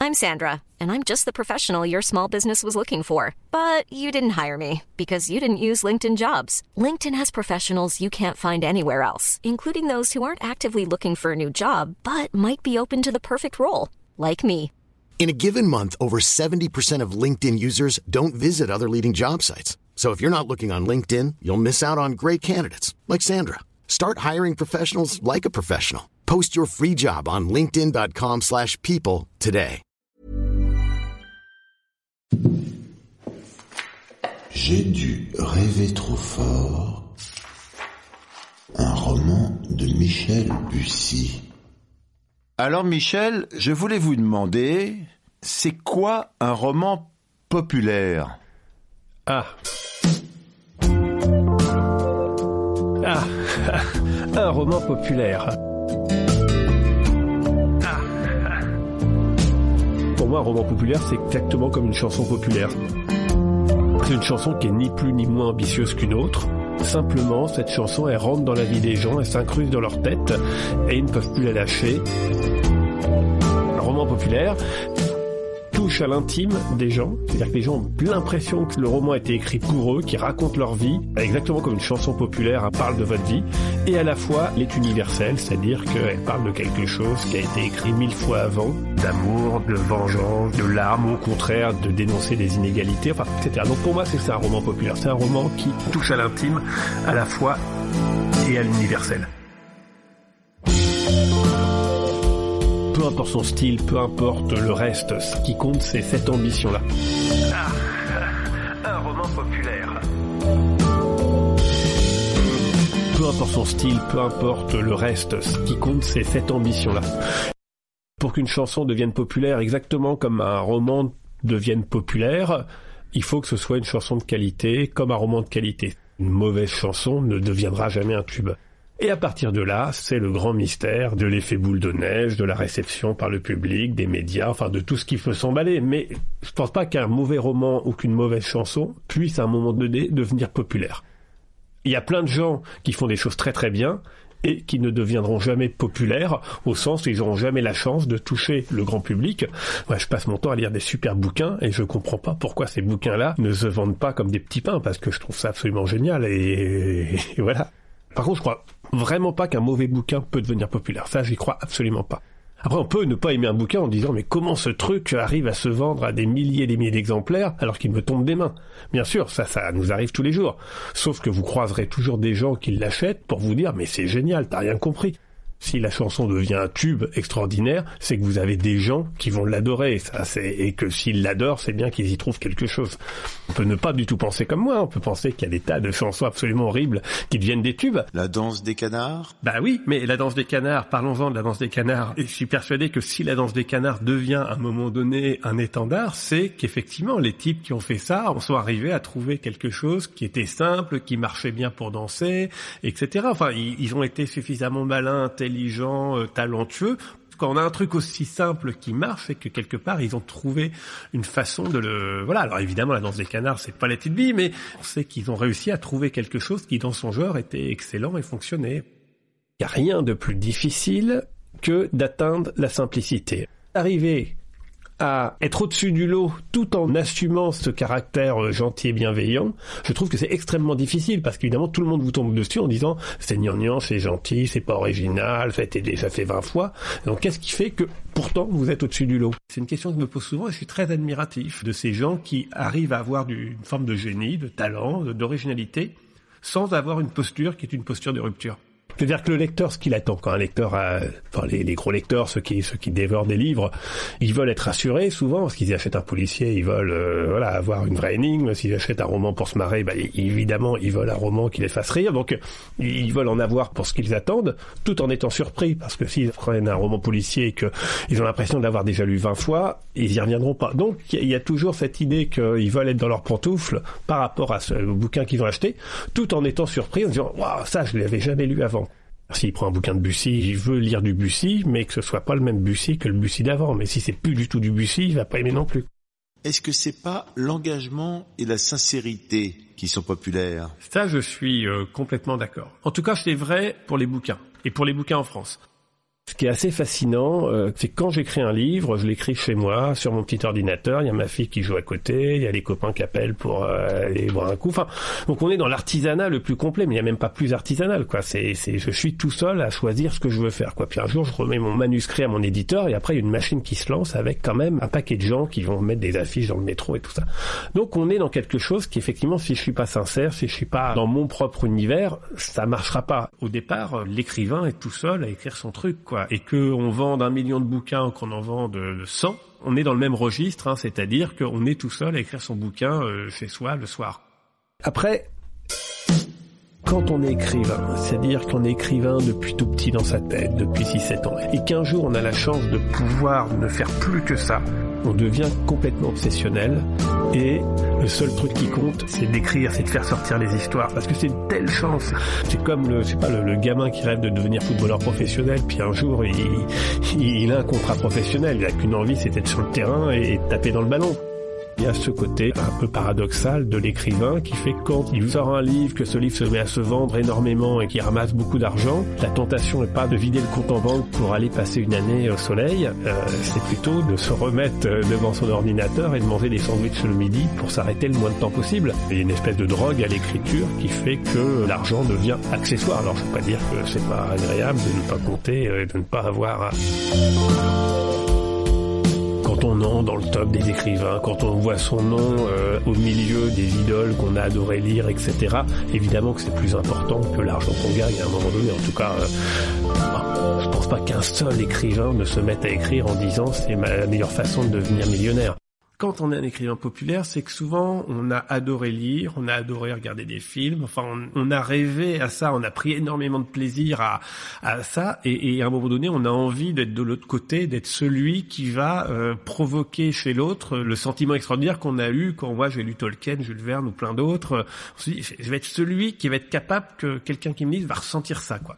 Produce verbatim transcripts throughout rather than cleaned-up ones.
I'm Sandra, and I'm just the professional your small business was looking for. But you didn't hire me because you didn't use LinkedIn Jobs. LinkedIn has professionals you can't find anywhere else, including those who aren't actively looking for a new job, but might be open to the perfect role, like me. In a given month, over seventy percent of LinkedIn users don't visit other leading job sites. So if you're not looking on LinkedIn, you'll miss out on great candidates like Sandra. Start hiring professionals like a professional. Post your free job on linkedin.com slash people today. J'ai dû rêver trop fort. Un roman de Michel Bussy. Alors Michel, je voulais vous demander, c'est quoi un roman populaire ? Ah. Ah. Un roman populaire. Ah. Pour moi, un roman populaire, c'est exactement comme une chanson populaire. C'est une chanson qui est ni plus ni moins ambitieuse qu'une autre. Simplement, cette chanson, elle rentre dans la vie des gens, elle s'incruste dans leur tête et ils ne peuvent plus la lâcher. Un roman populaire touche à l'intime des gens, c'est-à-dire que les gens ont l'impression que le roman a été écrit pour eux, qui raconte leur vie, exactement comme une chanson populaire, elle parle de votre vie, et à la fois, elle est universelle, c'est-à-dire qu'elle parle de quelque chose qui a été écrit mille fois avant, d'amour, de vengeance, de larmes, au contraire, de dénoncer les inégalités, enfin, et cetera. Donc pour moi, c'est ça un roman populaire, c'est un roman qui touche à l'intime, à la fois, et à l'universel. Peu importe son style, peu importe le reste, ce qui compte, c'est cette ambition-là. Ah, un roman populaire. Peu importe son style, peu importe le reste, ce qui compte, c'est cette ambition-là. Pour qu'une chanson devienne populaire, exactement comme un roman devienne populaire, il faut que ce soit une chanson de qualité, comme un roman de qualité. Une mauvaise chanson ne deviendra jamais un tube. Et à partir de là, c'est le grand mystère de l'effet boule de neige, de la réception par le public, des médias, enfin de tout ce qui peut s'emballer. Mais je pense pas qu'un mauvais roman ou qu'une mauvaise chanson puisse à un moment donné devenir populaire. Il y a plein de gens qui font des choses très très bien et qui ne deviendront jamais populaires, au sens où ils n'auront jamais la chance de toucher le grand public. Ouais, je passe mon temps à lire des super bouquins et je comprends pas pourquoi ces bouquins-là ne se vendent pas comme des petits pains, parce que je trouve ça absolument génial et, et voilà. Par contre, je crois vraiment pas qu'un mauvais bouquin peut devenir populaire. Ça, j'y crois absolument pas. Après, on peut ne pas aimer un bouquin en disant « Mais comment ce truc arrive à se vendre à des milliers et des milliers d'exemplaires alors qu'il me tombe des mains ?» Bien sûr, ça, ça nous arrive tous les jours. Sauf que vous croiserez toujours des gens qui l'achètent pour vous dire « Mais c'est génial, t'as rien compris !» Si la chanson devient un tube extraordinaire, c'est que vous avez des gens qui vont l'adorer, ça, c'est, et que s'ils l'adorent, c'est bien qu'ils y trouvent quelque chose. On peut ne pas du tout penser comme moi, on peut penser qu'il y a des tas de chansons absolument horribles qui deviennent des tubes. La danse des canards ? Bah oui, mais la danse des canards, parlons-en de la danse des canards. Et je suis persuadé que si la danse des canards devient à un moment donné un étendard, c'est qu'effectivement, les types qui ont fait ça en sont arrivés à trouver quelque chose qui était simple, qui marchait bien pour danser, et cetera. Enfin, ils, ils ont été suffisamment malins, intelligents, euh, talentueux. Quand on a un truc aussi simple qui marche, c'est que quelque part ils ont trouvé une façon de le... Voilà, alors évidemment la danse des canards c'est pas la petite bille, mais on sait qu'ils ont réussi à trouver quelque chose qui dans son genre était excellent et fonctionnait. Il n'y a rien de plus difficile que d'atteindre la simplicité. Arriver à être au-dessus du lot tout en assumant ce caractère gentil et bienveillant, je trouve que c'est extrêmement difficile parce qu'évidemment tout le monde vous tombe dessus en disant c'est gnangnan, c'est gentil, c'est pas original, ça a été déjà fait vingt fois. Donc qu'est-ce qui fait que pourtant vous êtes au-dessus du lot ? C'est une question que je me pose souvent et je suis très admiratif de ces gens qui arrivent à avoir une forme de génie, de talent, d'originalité sans avoir une posture qui est une posture de rupture. C'est-à-dire que le lecteur, ce qu'il attend, quand un lecteur a, enfin les, les gros lecteurs, ceux qui, ceux qui dévorent des livres, ils veulent être rassurés souvent, parce qu'ils achètent un policier, ils veulent, euh, voilà, avoir une vraie énigme. S'ils achètent un roman pour se marrer, bah, évidemment, ils veulent un roman qui les fasse rire. Donc, ils veulent en avoir pour ce qu'ils attendent, tout en étant surpris, parce que s'ils prennent un roman policier et qu'ils ont l'impression de l'avoir déjà lu vingt fois, ils y reviendront pas. Donc, il y a toujours cette idée qu'ils veulent être dans leurs pantoufles par rapport à ce bouquin qu'ils ont acheté, tout en étant surpris, en disant, waouh, ça, je l'avais jamais lu avant. S'il prend un bouquin de Bussy, il veut lire du Bussy, mais que ce soit pas le même Bussy que le Bussy d'avant. Mais si c'est plus du tout du Bussy, il va pas aimer non plus. Est-ce que c'est pas l'engagement et la sincérité qui sont populaires ? Ça, je suis euh, complètement d'accord. En tout cas, c'est vrai pour les bouquins, et pour les bouquins en France. Ce qui est assez fascinant, euh, c'est quand j'écris un livre, je l'écris chez moi, sur mon petit ordinateur, il y a ma fille qui joue à côté, il y a les copains qui appellent pour euh, aller boire un coup. Enfin, donc on est dans l'artisanat le plus complet, mais il n'y a même pas plus artisanal, quoi. C'est, c'est, je suis tout seul à choisir ce que je veux faire, quoi. Puis un jour, je remets mon manuscrit à mon éditeur, et après, il y a une machine qui se lance avec quand même un paquet de gens qui vont mettre des affiches dans le métro et tout ça. Donc on est dans quelque chose qui, effectivement, si je suis pas sincère, si je suis pas dans mon propre univers, ça marchera pas. Au départ, l'écrivain est tout seul à écrire son truc, quoi. Et qu'on vende un million de bouquins ou qu'on en vende cent, on est dans le même registre, hein, c'est-à-dire qu'on est tout seul à écrire son bouquin euh, chez soi le soir. Après, quand on est écrivain, c'est-à-dire qu'on est écrivain depuis tout petit dans sa tête, depuis six sept ans, et qu'un jour on a la chance de pouvoir ne faire plus que ça, on devient complètement obsessionnel, et le seul truc qui compte, c'est d'écrire, c'est de faire sortir les histoires, parce que c'est une telle chance. C'est comme le, je sais pas, le, le gamin qui rêve de devenir footballeur professionnel, puis un jour il, il, il a un contrat professionnel, il a qu'une envie, c'est d'être sur le terrain et, et de taper dans le ballon. Il y a ce côté un peu paradoxal de l'écrivain qui fait que quand il sort un livre, que ce livre se met à se vendre énormément et qu'il ramasse beaucoup d'argent, la tentation n'est pas de vider le compte en banque pour aller passer une année au soleil, euh, c'est plutôt de se remettre devant son ordinateur et de manger des sandwichs le midi pour s'arrêter le moins de temps possible. Il y a une espèce de drogue à l'écriture qui fait que l'argent devient accessoire. Alors je ne veux pas dire que c'est pas agréable de ne pas compter et de ne pas avoir... Quand on entre dans le top des écrivains, quand on voit son nom euh, au milieu des idoles qu'on a adoré lire, et cetera, évidemment que c'est plus important que l'argent qu'on gagne à un moment donné. En tout cas, euh, je pense pas qu'un seul écrivain ne se mette à écrire en disant c'est ma meilleure façon de devenir millionnaire. Quand on est un écrivain populaire, c'est que souvent on a adoré lire, on a adoré regarder des films, enfin on, on a rêvé à ça, on a pris énormément de plaisir à, à ça, et, et à un moment donné on a envie d'être de l'autre côté, d'être celui qui va euh, provoquer chez l'autre le sentiment extraordinaire qu'on a eu quand moi j'ai lu Tolkien, Jules Verne ou plein d'autres. On se dit, je vais être celui qui va être capable que quelqu'un qui me lise va ressentir ça, quoi.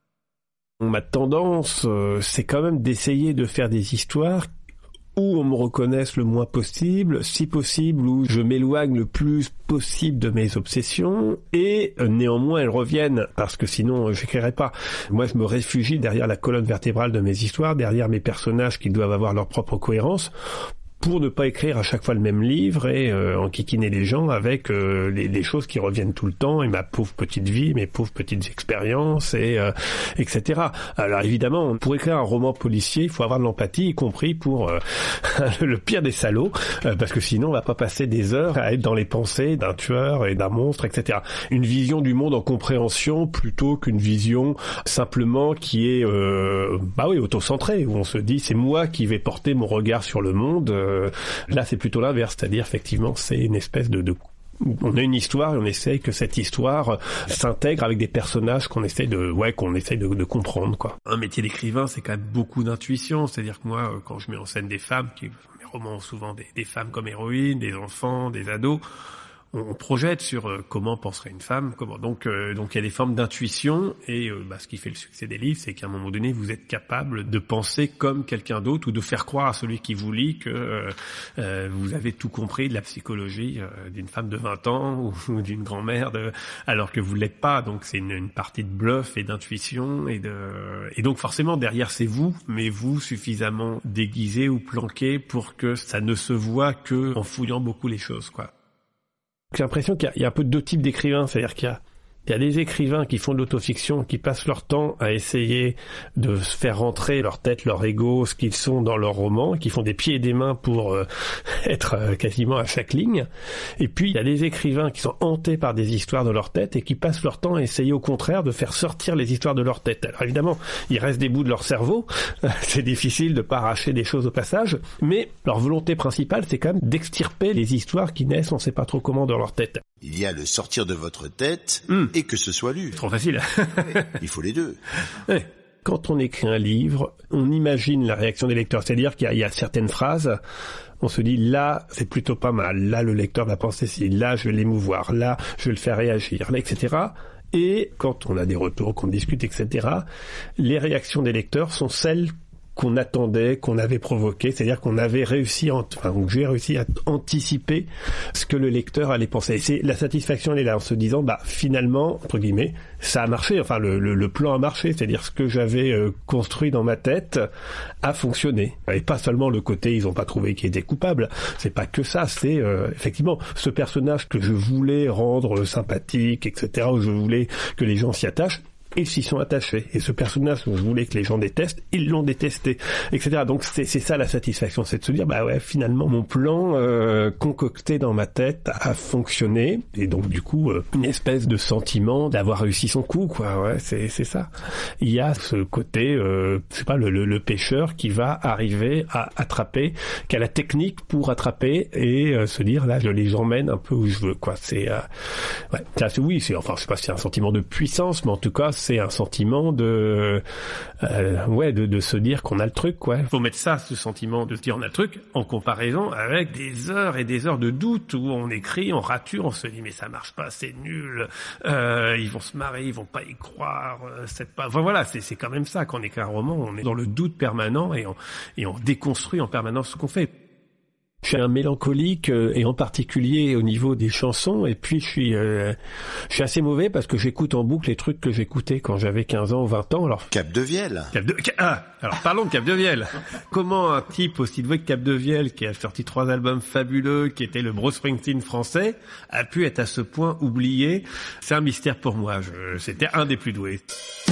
Ma tendance, euh, c'est quand même d'essayer de faire des histoires où on me reconnaisse le moins possible, si possible, où je m'éloigne le plus possible de mes obsessions, et euh, néanmoins elles reviennent, parce que sinon euh, j'écrirais pas. Moi je me réfugie derrière la colonne vertébrale de mes histoires, derrière mes personnages qui doivent avoir leur propre cohérence, pour ne pas écrire à chaque fois le même livre et euh, enquiquiner les gens avec euh, les, les choses qui reviennent tout le temps, et ma pauvre petite vie, mes pauvres petites expériences, et euh, et cetera. Alors évidemment, pour écrire un roman policier, il faut avoir de l'empathie, y compris pour euh, le pire des salauds, euh, parce que sinon on va pas passer des heures à être dans les pensées d'un tueur et d'un monstre, et cetera. Une vision du monde en compréhension plutôt qu'une vision simplement qui est euh, bah oui, autocentrée, où on se dit c'est moi qui vais porter mon regard sur le monde. Euh, Là, c'est plutôt l'inverse, c'est-à-dire, effectivement, c'est une espèce de, de... On a une histoire et on essaye que cette histoire s'intègre avec des personnages qu'on essaie de, ouais, qu'on essaye de, de comprendre, quoi. Un métier d'écrivain, c'est quand même beaucoup d'intuition, c'est-à-dire que moi, quand je mets en scène des femmes, qui, mes romans ont souvent des, des femmes comme héroïnes, des enfants, des ados, on projette sur euh, comment penserait une femme, comment donc euh, donc il y a des formes d'intuition, et euh, bah, ce qui fait le succès des livres, c'est qu'à un moment donné vous êtes capable de penser comme quelqu'un d'autre, ou de faire croire à celui qui vous lit que euh, euh, vous avez tout compris de la psychologie euh, d'une femme de vingt ans ou, ou d'une grand-mère, de, alors que vous l'êtes pas. Donc c'est une, une partie de bluff et d'intuition, et de et donc forcément derrière c'est vous, mais vous suffisamment déguisé ou planqué pour que ça ne se voit que en fouillant beaucoup les choses, quoi. J'ai l'impression qu'il y a, il y a un peu deux types d'écrivains, c'est-à-dire qu'il y a, il y a des écrivains qui font de l'autofiction, qui passent leur temps à essayer de faire rentrer leur tête, leur ego, ce qu'ils sont dans leur roman, qui font des pieds et des mains pour euh, être euh, quasiment à chaque ligne. Et puis il y a des écrivains qui sont hantés par des histoires de leur tête et qui passent leur temps à essayer au contraire de faire sortir les histoires de leur tête. Alors évidemment, il reste des bouts de leur cerveau, c'est difficile de pas arracher des choses au passage, mais leur volonté principale, c'est quand même d'extirper les histoires qui naissent on sait pas trop comment dans leur tête. Il y a le sortir de votre tête mmh. et que ce soit lu. C'est trop facile. Il faut les deux. Ouais. Quand on écrit un livre, on imagine la réaction des lecteurs. C'est-à-dire qu'il y a, il y a certaines phrases, on se dit là, c'est plutôt pas mal. Là, le lecteur va penser si. Là, je vais l'émouvoir. Là, je vais le faire réagir. Là, et cetera. Et quand on a des retours, qu'on discute, et cetera, les réactions des lecteurs sont celles qu'on attendait, qu'on avait provoqué, c'est-à-dire qu'on avait réussi, à, enfin, j'ai réussi à anticiper ce que le lecteur allait penser. Et c'est la satisfaction, elle est là, en se disant, bah finalement, entre guillemets, ça a marché. Enfin, le, le, le plan a marché, c'est-à-dire ce que j'avais euh, construit dans ma tête a fonctionné. Et pas seulement le côté, ils ont pas trouvé qu'il était coupable. C'est pas que ça. C'est euh, effectivement ce personnage que je voulais rendre sympathique, et cetera. Où je voulais que les gens s'y attachent. Ils s'y sont attachés. Et ce personnage dont je voulais que les gens détestent, ils l'ont détesté, et cetera. Donc c'est, c'est ça la satisfaction, c'est de se dire, bah ouais, finalement mon plan euh, concocté dans ma tête a fonctionné. Et donc du coup, euh, une espèce de sentiment d'avoir réussi son coup, quoi. Ouais, c'est c'est ça. Il y a ce côté, euh, je sais pas, le, le, le pêcheur qui va arriver à attraper, qui a la technique pour attraper et euh, se dire, là, je les emmène un peu où je veux, quoi. C'est, euh, ouais, ça, c'est oui, c'est, enfin, je sais pas si c'est un sentiment de puissance, mais en tout cas, c'est un sentiment de, euh, ouais, de, de se dire qu'on a le truc, quoi. Faut mettre ça, ce sentiment de se dire on a le truc, en comparaison avec des heures et des heures de doute où on écrit, on rature, on se dit mais ça marche pas, c'est nul, euh, ils vont se marrer, ils vont pas y croire, euh, c'est pas, enfin voilà, c'est, c'est quand même ça quand on écrit un roman, on est dans le doute permanent et on, et on déconstruit en permanence ce qu'on fait. Je suis un mélancolique euh, et en particulier au niveau des chansons, et puis je suis euh, je suis assez mauvais parce que j'écoute en boucle les trucs que j'écoutais quand j'avais quinze ans ou vingt ans. Alors Capdevielle. Cap de... Ah, alors parlons de Capdevielle. Comment un type aussi doué que Capdevielle, qui a sorti trois albums fabuleux, qui était le Bruce Springsteen français, a pu être à ce point oublié? C'est un mystère pour moi. Je... C'était un des plus doués.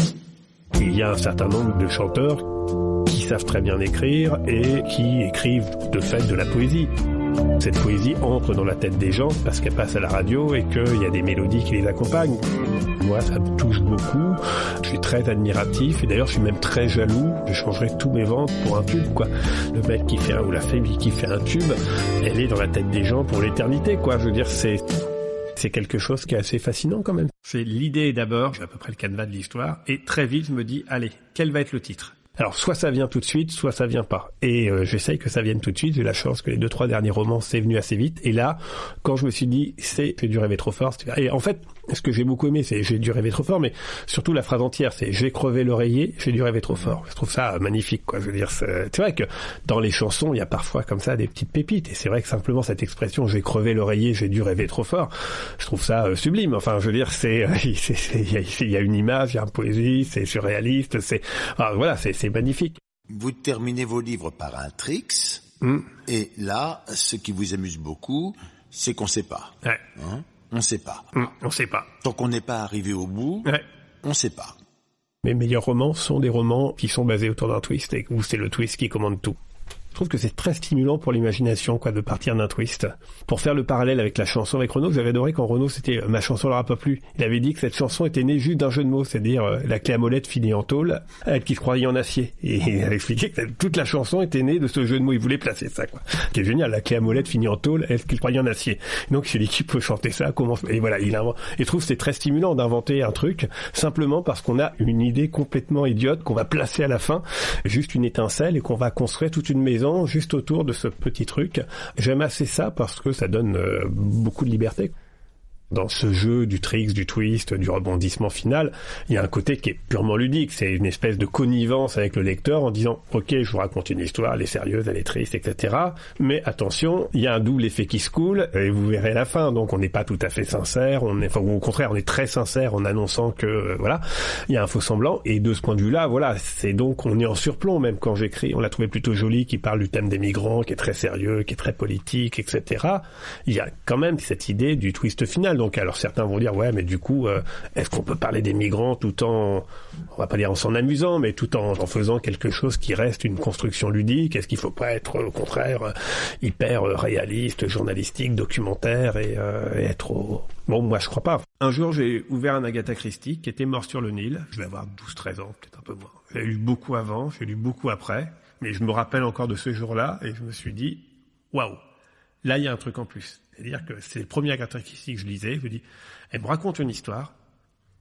Il y a un certain nombre de chanteurs qui savent très bien écrire et qui écrivent de fait de la poésie. Cette poésie entre dans la tête des gens parce qu'elle passe à la radio et qu'il y a des mélodies qui les accompagnent. Moi, ça me touche beaucoup. Je suis très admiratif et d'ailleurs, je suis même très jaloux. Je changerais tous mes ventes pour un tube, quoi. Le mec qui fait un, ou la fille qui fait un tube, elle est dans la tête des gens pour l'éternité, quoi. Je veux dire, c'est... C'est quelque chose qui est assez fascinant quand même. C'est l'idée d'abord, j'ai à peu près le canevas de l'histoire, et très vite je me dis, allez, quel va être le titre ? Alors soit ça vient tout de suite, soit ça vient pas. Et euh, j'essaye que ça vienne tout de suite. J'ai la chance que les deux trois derniers romans c'est venu assez vite. Et là, quand je me suis dit c'est j'ai dû rêver trop fort. Et en fait, ce que j'ai beaucoup aimé, c'est j'ai dû rêver trop fort, mais surtout la phrase entière, c'est j'ai crevé l'oreiller, j'ai dû rêver trop fort. Je trouve ça magnifique, quoi. Je veux dire, c'est, c'est vrai que dans les chansons, il y a parfois comme ça des petites pépites. Et c'est vrai que simplement cette expression j'ai crevé l'oreiller, j'ai dû rêver trop fort, je trouve ça euh, sublime. Enfin, je veux dire, c'est il y, y a une image, il y a une poésie, c'est surréaliste, c'est ah, voilà, c'est c'est magnifique. Vous terminez vos livres par un tricks, mm. et là, ce qui vous amuse beaucoup, c'est qu'on sait pas. Ouais. Hein, on sait pas. Mm, on sait pas. Tant qu'on n'est pas arrivé au bout, ouais. on sait pas. Mes meilleurs romans sont des romans qui sont basés autour d'un twist et où c'est le twist qui commande tout. Je trouve que c'est très stimulant pour l'imagination, quoi, de partir d'un twist. Pour faire le parallèle avec la chanson avec Renaud, j'avais adoré quand Renaud, c'était euh, ma chanson leur a pas plu. Il avait dit que cette chanson était née juste d'un jeu de mots, c'est-à-dire euh, la clé à molette finie en tôle, elle qui se croyait en acier. Et il a expliqué que toute la chanson était née de ce jeu de mots. Il voulait placer ça, quoi. Qui est génial, la clé à molette finie en tôle, elle qui se croyait en acier. Donc il s'est dit qui peut chanter ça, comment. Et voilà, il invente. Et je trouve que c'est très stimulant d'inventer un truc simplement parce qu'on a une idée complètement idiote qu'on va placer à la fin, juste une étincelle, et qu'on va construire toute une maison juste autour de ce petit truc. J'aime assez ça parce que ça donne euh, beaucoup de liberté. Dans ce jeu du tricks, du twist, du rebondissement final, il y a un côté qui est purement ludique. C'est une espèce de connivence avec le lecteur en disant « Ok, je vous raconte une histoire, elle est sérieuse, elle est triste, et cetera. Mais attention, il y a un double effet qui se coule et vous verrez la fin. Donc on n'est pas tout à fait sincère, on est, enfin, ou au contraire, on est très sincère en annonçant que euh, voilà, il y a un faux semblant. Et de ce point de vue-là, voilà, c'est donc on est en surplomb. Même quand j'écris, on l'a trouvé plutôt joli, qui parle du thème des migrants, qui est très sérieux, qui est très politique, et cetera. Il y a quand même cette idée du twist final. Donc, alors certains vont dire ouais, mais du coup, euh, est-ce qu'on peut parler des migrants tout en, on va pas dire en s'en amusant, mais tout en, en faisant quelque chose qui reste une construction ludique? Est-ce qu'il faut pas être au contraire euh, hyper euh, réaliste, journalistique, documentaire et, euh, et être au... Bon, moi je crois pas. Un jour, j'ai ouvert un Agatha Christie qui était Mort sur le Nil. Je vais avoir douze treize ans, peut-être un peu moins. J'ai lu beaucoup avant, j'ai lu beaucoup après, mais je me rappelle encore de ce jour-là et je me suis dit waouh, là il y a un truc en plus. C'est-à-dire que c'est le premier Agatha Christie que je lisais. Je me dis, elle me raconte une histoire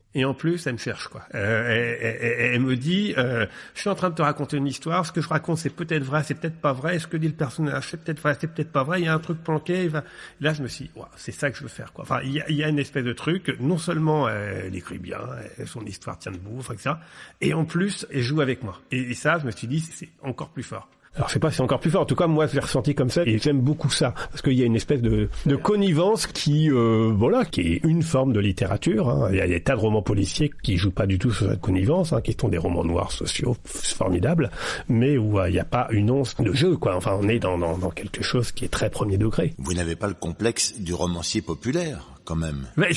Et en plus, elle me cherche, quoi. Euh, elle, elle, elle me dit, euh, je suis en train de te raconter une histoire, ce que je raconte, c'est peut-être vrai, c'est peut-être pas vrai, ce que dit le personnage, c'est peut-être vrai, c'est peut-être pas vrai, il y a un truc planqué, il va... Là, je me suis dit, wow, c'est ça que je veux faire, quoi. Enfin, il y a, il y a une espèce de truc, non seulement elle écrit bien, elle, son histoire tient debout, enfin, et cetera, et en plus, elle joue avec moi. Et, et ça, je me suis dit, c'est encore plus fort. Alors je sais pas si c'est encore plus fort, en tout cas moi je l'ai ressenti comme ça et j'aime beaucoup ça, parce qu'il y a une espèce de, de connivence qui, euh, voilà, qui est une forme de littérature, hein. Il y a des tas de romans policiers qui jouent pas du tout sur cette connivence, hein, qui sont des romans noirs sociaux formidables, mais où euh, il n'y a pas une once de jeu, quoi. Enfin on est dans, dans, dans quelque chose qui est très premier degré. Vous n'avez pas le complexe du romancier populaire, quand même. Mais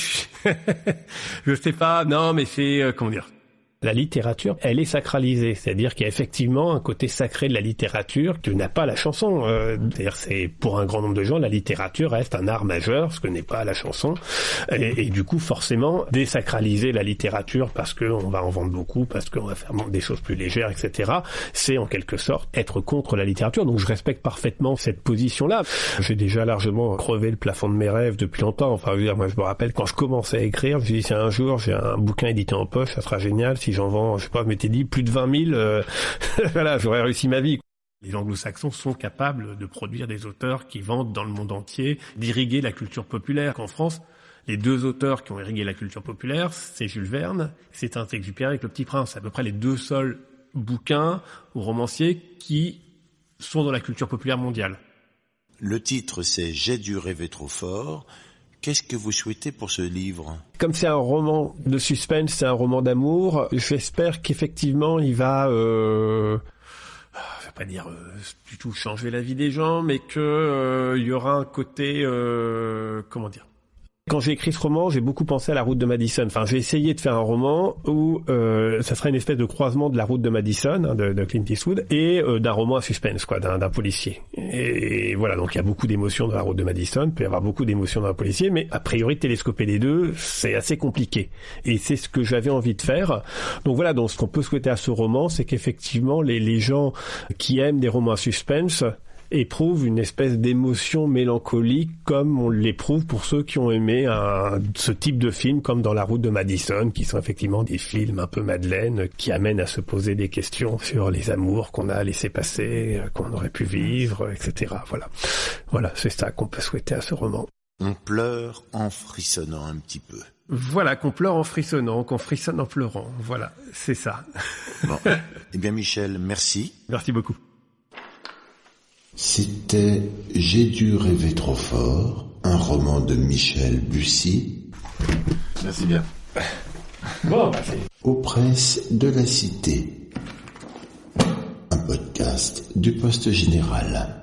je sais pas, non mais c'est, euh, comment dire... La littérature, elle est sacralisée, c'est-à-dire qu'il y a effectivement un côté sacré de la littérature que n'a pas la chanson. Euh, c'est-à-dire, c'est pour un grand nombre de gens, la littérature reste un art majeur, ce que n'est pas la chanson. Et, et du coup, forcément, désacraliser la littérature parce qu'on va en vendre beaucoup, parce qu'on va faire des choses plus légères, et cetera. C'est en quelque sorte être contre la littérature. Donc, je respecte parfaitement cette position-là. J'ai déjà largement crevé le plafond de mes rêves depuis longtemps. Enfin, je veux dire, moi, je me rappelle quand je commençais à écrire, je me suis dit, si un jour j'ai un bouquin édité en poche, ça sera génial. Si j'en vends, je sais pas, je m'étais dit plus de vingt mille, euh, voilà, j'aurais réussi ma vie. Les anglo-saxons sont capables de produire des auteurs qui vendent dans le monde entier, d'irriguer la culture populaire. En France, les deux auteurs qui ont irrigué la culture populaire, c'est Jules Verne, c'est Saint-Exupéry avec Le Petit Prince. C'est à peu près les deux seuls bouquins ou romanciers qui sont dans la culture populaire mondiale. Le titre, c'est « J'ai dû rêver trop fort ». Qu'est-ce que vous souhaitez pour ce livre ? Comme c'est un roman de suspense, c'est un roman d'amour, j'espère qu'effectivement il va, euh, je vais pas dire euh, du tout changer la vie des gens, mais que euh, il y aura un côté, euh, comment dire. Quand j'ai écrit ce roman, j'ai beaucoup pensé à La Route de Madison. Enfin, j'ai essayé de faire un roman où euh, ça serait une espèce de croisement de La Route de Madison, hein, de, de Clint Eastwood, et euh, d'un roman à suspense, quoi, d'un, d'un policier. Et, et voilà, donc il y a beaucoup d'émotions dans La Route de Madison, il peut y avoir beaucoup d'émotions dans un policier, mais a priori, télescoper les deux, c'est assez compliqué. Et c'est ce que j'avais envie de faire. Donc voilà, donc ce qu'on peut souhaiter à ce roman, c'est qu'effectivement, les, les gens qui aiment des romans à suspense éprouve une espèce d'émotion mélancolique comme on l'éprouve pour ceux qui ont aimé un, ce type de film comme dans La Route de Madison, qui sont effectivement des films un peu Madeleine qui amènent à se poser des questions sur les amours qu'on a laissé passer, qu'on aurait pu vivre, et cetera. Voilà, voilà, c'est ça qu'on peut souhaiter à ce roman. On pleure en frissonnant un petit peu. Voilà, qu'on pleure en frissonnant, qu'on frissonne en pleurant. Voilà, c'est ça. Bon, eh bien Michel, merci. Merci beaucoup. C'était « J'ai dû rêver trop fort », un roman de Michel Bussy. Merci bien. Bon, bah c'est... Aux presses de la Cité. Un podcast du Poste Général.